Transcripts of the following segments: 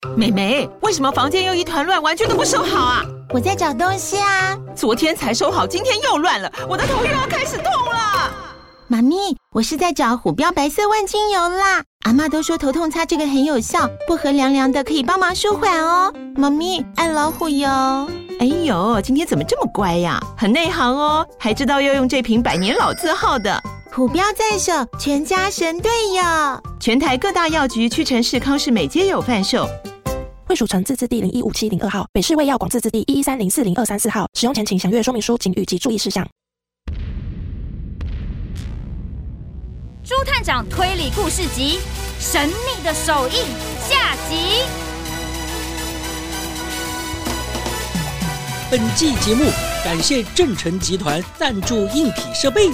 妹妹，为什么房间又一团乱，完全都不收好啊？ 我在找东西啊。 昨天才收好，今天又乱了，我的头又要开始痛了。 妈咪，我是在找虎标白色万金油啦。阿嬷都说头痛擦这个很有效，薄荷凉凉的，可以帮忙舒缓哦。妈咪，爱老虎油。 哎呦，今天怎么这么乖呀？很内行哦，还知道要用这瓶百年老字号的。 虎标在手，全家神队友。 全台各大药局、屈臣氏、康士美皆有贩售。 惠蜀城自治地015702号，北市卫药广自治地113040234号。使用前请详阅说明书警语及注意事项。 朱探长推理故事集《神秘的手印》下集。 本季节目感谢正成集团赞助硬体设备。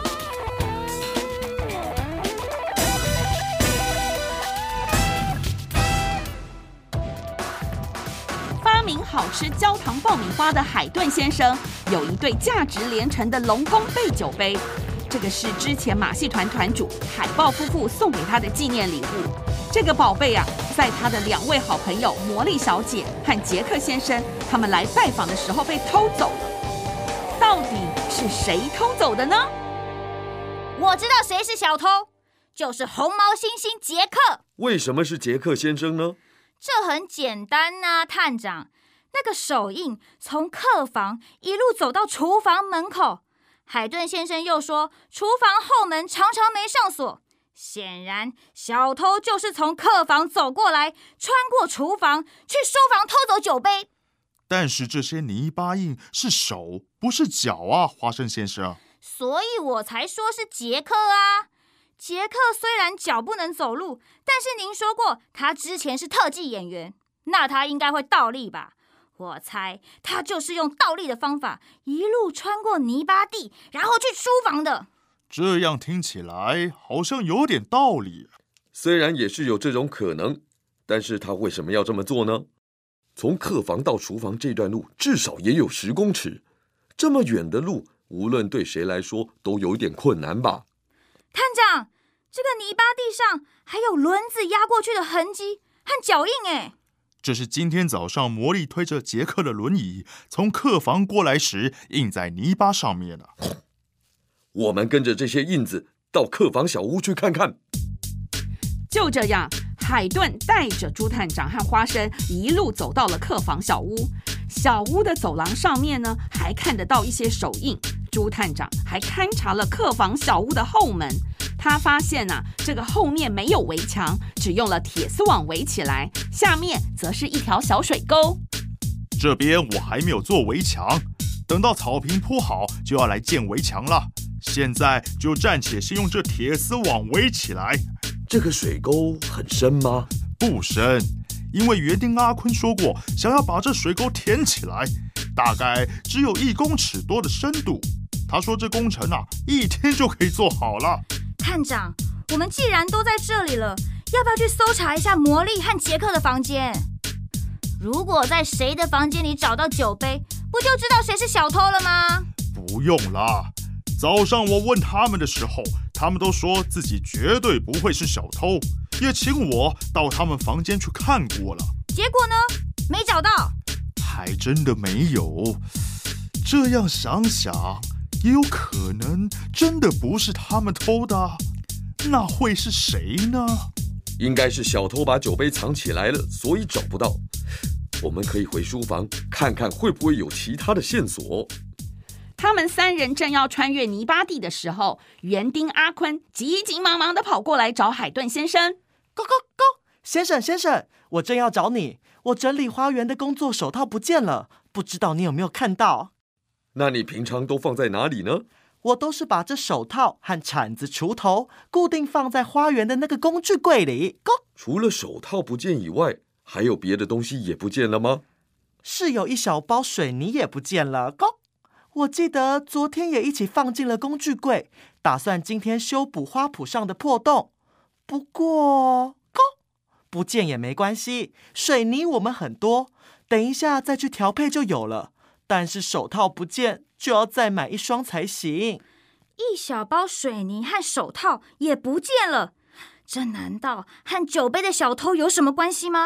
发明好吃焦糖爆米花的海顿先生有一对价值连城的龙宫贝酒杯。这个是之前马戏团团主海豹夫妇送给他的纪念礼物。这个宝贝啊，在他的2位好朋友魔力小姐和杰克先生他们来拜访的时候被偷走了。到底是谁偷走的呢？ 我知道谁是小偷，就是红毛猩猩杰克。 为什么是杰克先生呢？ 这很简单啊，探长。那个手印从客房一路走到厨房门口。海顿先生又说，厨房后门常常没上锁，显然小偷就是从客房走过来，穿过厨房去书房偷走酒杯。 但是这些泥巴印是手，不是脚啊，花生先生。 所以我才说是杰克啊。杰克虽然脚不能走路，但是您说过他之前是特技演员，那他应该会倒立吧？我猜他就是用倒立的方法一路穿过泥巴地，然后去书房的。 这样听起来好像有点道理。 虽然也是有这种可能，但是他为什么要这么做呢？从客房到厨房这段路至少也有10公尺，这么远的路，无论对谁来说都有点困难吧？ 探长，这个泥巴地上还有轮子压过去的痕迹和脚印诶。 这是今天早上魔力推着杰克的轮椅从客房过来时印在泥巴上面的。 我们跟着这些印子到客房小屋去看看。 就这样，海顿带着朱探长和花生一路走到了客房小屋。小屋的走廊上面呢，还看得到一些手印。朱探长还勘察了客房小屋的后门。他发现啊，这个后面没有围墙，只用了铁丝网围起来，下面则是一条小水沟。 这边我还没有做围墙，等到草坪铺好就要来建围墙了。现在就暂且先用这铁丝网围起来。 这个水沟很深吗？ 不深，因为园丁阿坤说过，想要把这水沟填起来，大概只有1公尺多的深度。他说这工程啊，1天就可以做好了。 探长，我们既然都在这里了，要不要去搜查一下魔力和杰克的房间？如果在谁的房间里找到酒杯，不就知道谁是小偷了吗？ 不用啦，早上我问他们的时候，他们都说自己绝对不会是小偷，也请我到他们房间去看过了。 结果呢？没找到。 还真的没有。这样想想，也有可能真的不是他们偷的，那会是谁呢？ 应该是小偷把酒杯藏起来了，所以找不到。我们可以回书房看看会不会有其他的线索。 他们3人正要穿越泥巴地的时候，园丁阿坤急急忙忙地跑过来找海顿先生。 Go！ 先生，我正要找你。我整理花园的工作手套不见了，不知道你有没有看到？ 那你平常都放在哪里呢？ 我都是把这手套和铲子、锄头固定放在花园的那个工具柜里。 除了手套不见以外，还有别的东西也不见了吗？ 是有一小包水泥也不见了。我记得昨天也一起放进了工具柜，打算今天修补花圃上的破洞。不过不见也没关系，水泥我们很多，等一下再去调配就有了。但是手套不见，就要再买1双才行。 一小包水泥和手套也不见了，这难道和酒杯的小偷有什么关系吗？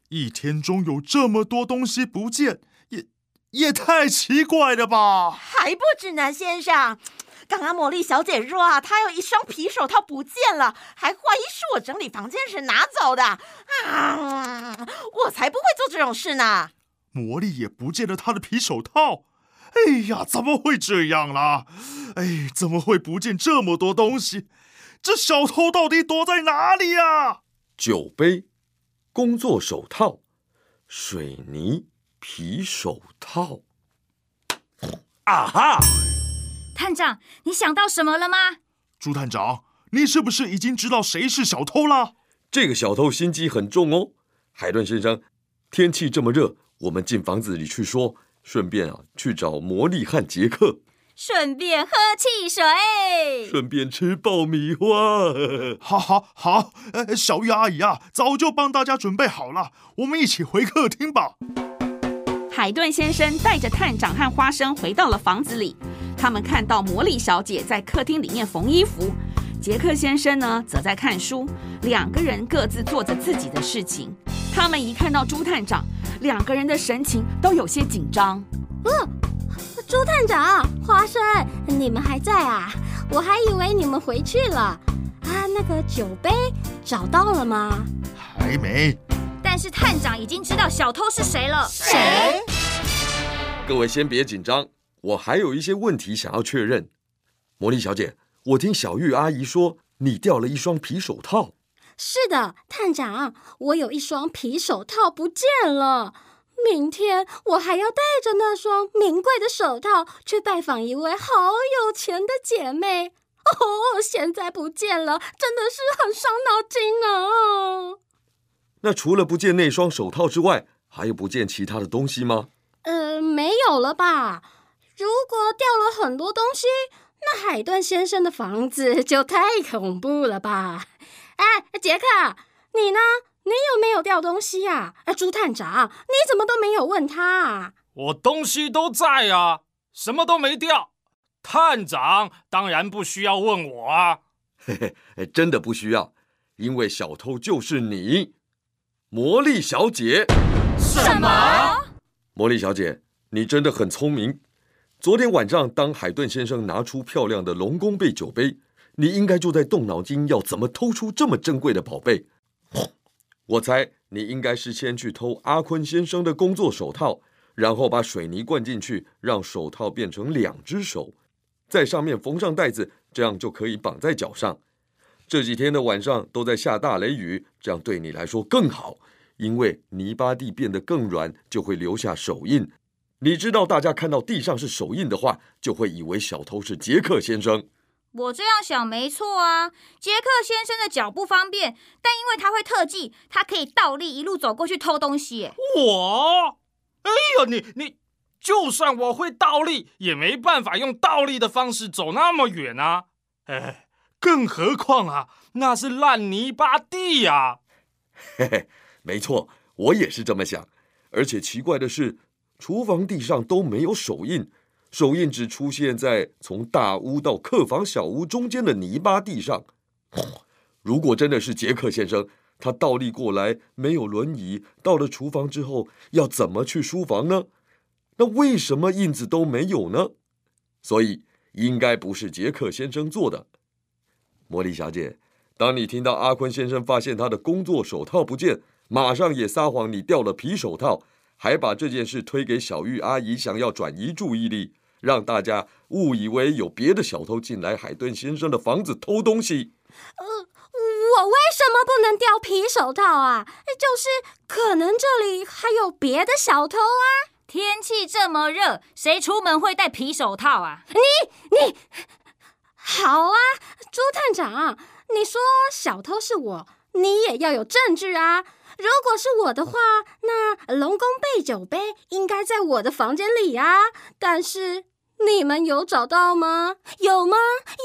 一天中有这么多东西不见，也太奇怪了吧？ 还不止呢，先生。刚刚茉莉小姐说啊，她有一双皮手套不见了，还怀疑是我整理房间时拿走的。我才不会做这种事呢。 茉莉也不见了她的皮手套。哎呀，怎么会这样啦？怎么会不见这么多东西？这小偷到底躲在哪里呀？ 酒杯、工作手套、水泥、皮手套。 啊哈！ 探长，你想到什么了吗？ 朱探长，你是不是已经知道谁是小偷了？ 这个小偷心机很重哦。海顿先生，天气这么热，我们进房子里去说，顺便去找魔力和杰克， 顺便喝汽水， 顺便吃爆米花。 好，小玉阿姨啊，早就帮大家准备好了，我们一起回客厅吧。 海顿先生带着探长和花生回到了房子里，他们看到魔力小姐在客厅里面缝衣服，杰克先生呢则在看书，两个人各自做着自己的事情。他们一看到朱探长，两个人的神情都有些紧张。 朱探长、花生，你们还在啊？我还以为你们回去了啊。那个酒杯找到了吗？ 还没。 但是探长已经知道小偷是谁了。 谁？ 各位先别紧张，我还有一些问题想要确认。魔力小姐，我听小玉阿姨说你掉了一双皮手套。 是的，探长，我有一双皮手套不见了。明天我还要带着那双名贵的手套去拜访一位好有钱的姐妹。现在不见了，真的是很伤脑筋呢。 那除了不见那双手套之外，还有不见其他的东西吗？ 没有了吧。如果掉了很多东西，那海顿先生的房子就太恐怖了吧。杰克，你呢？你有没有掉东西呀？朱探长，你怎么都没有问他啊？ 我东西都在啊，什么都没掉。探长当然不需要问我啊。 真的不需要，因为小偷就是你，魔力小姐。 什么？ 魔力小姐，你真的很聪明。昨天晚上，当海顿先生拿出漂亮的龙宫贝酒杯，你应该就在动脑筋要怎么偷出这么珍贵的宝贝。我猜你应该是先去偷阿坤先生的工作手套，然后把水泥灌进去，让手套变成2只手，在上面缝上带子，这样就可以绑在脚上。这几天的晚上都在下大雷雨，这样对你来说更好，因为泥巴地变得更软，就会留下手印。你知道大家看到地上是手印的话，就会以为小偷是杰克先生。 我这样想没错啊，杰克先生的脚不方便，但因为他会特技，他可以倒立一路走过去偷东西。 我？哎呀，你就算我会倒立，也没办法用倒立的方式走那么远啊。更何况啊，那是烂泥巴地啊。 没错，我也是这么想。而且奇怪的是，厨房地上都没有手印，手印只出现在从大屋到客房小屋中间的泥巴地上。如果真的是杰克先生，他倒立过来，没有轮椅，到了厨房之后要怎么去书房呢？那为什么印子都没有呢？所以应该不是杰克先生做的。茉莉小姐，当你听到阿坤先生发现他的工作手套不见，马上也撒谎你掉了皮手套，还把这件事推给小玉阿姨，想要转移注意力，让大家误以为有别的小偷进来海顿先生的房子偷东西。 我为什么不能掉皮手套啊？就是可能这里还有别的小偷啊。 天气这么热，谁出门会戴皮手套啊？ 你好啊，朱探长，你说小偷是我，你也要有证据啊。如果是我的话，那龙宫贝酒杯应该在我的房间里啊。但是你们有找到吗？有吗？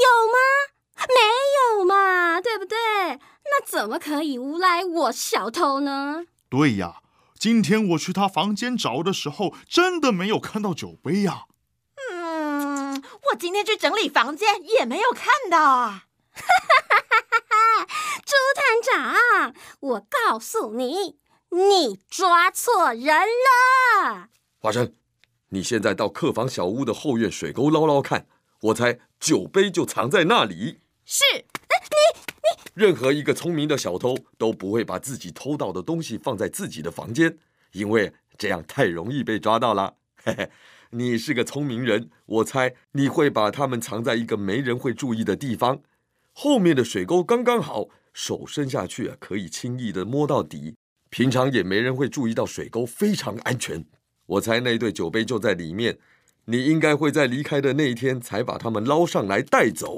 没有嘛，对不对？那怎么可以诬赖我小偷呢？ 对呀，今天我去他房间找的时候，真的没有看到酒杯呀。 我今天去整理房间也没有看到啊。 朱探长，我告诉你， 你抓错人了。 花生，你现在到客房小屋的后院水沟捞捞看，我猜酒杯就藏在那里。 是。 任何一个聪明的小偷都不会把自己偷到的东西放在自己的房间，因为这样太容易被抓到了。嘿嘿，你是个聪明人，我猜你会把它们藏在一个没人会注意的地方。后面的水沟刚刚好，手伸下去可以轻易的摸到底，平常也没人会注意到水沟，非常安全。我猜那对酒杯就在里面，你应该会在离开的那一天才把它们捞上来带走。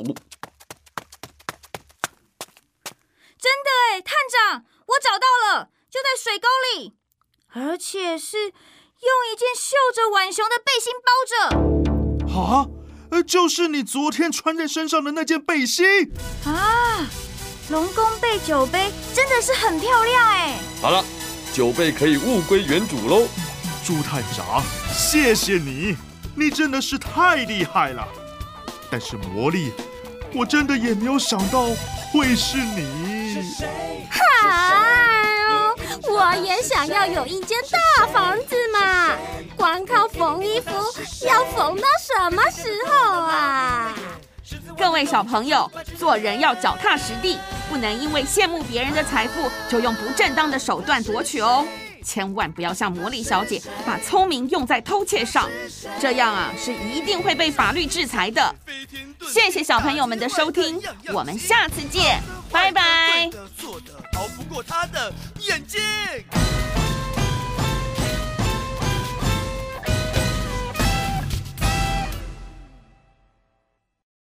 真的耶，探长，我找到了，就在水沟里，而且是用一件绣着浣熊的背心包着。 啊，就是你昨天穿在身上的那件背心啊！龙宫贝酒杯真的是很漂亮哎。 好了，酒杯可以物归原主喽。 朱探长，谢谢你，你真的是太厉害了。但是魔力，我真的也没有想到会是你。 我也想要有一间大房子嘛，光靠缝衣服要缝到什么时候啊？ 各位小朋友，做人要脚踏实地，不能因为羡慕别人的财富就用不正当的手段夺取哦。千万不要像魔力小姐把聪明用在偷窃上，这样是一定会被法律制裁的。谢谢小朋友们的收听，我们下次见，拜拜。 做得逃不过他的眼睛。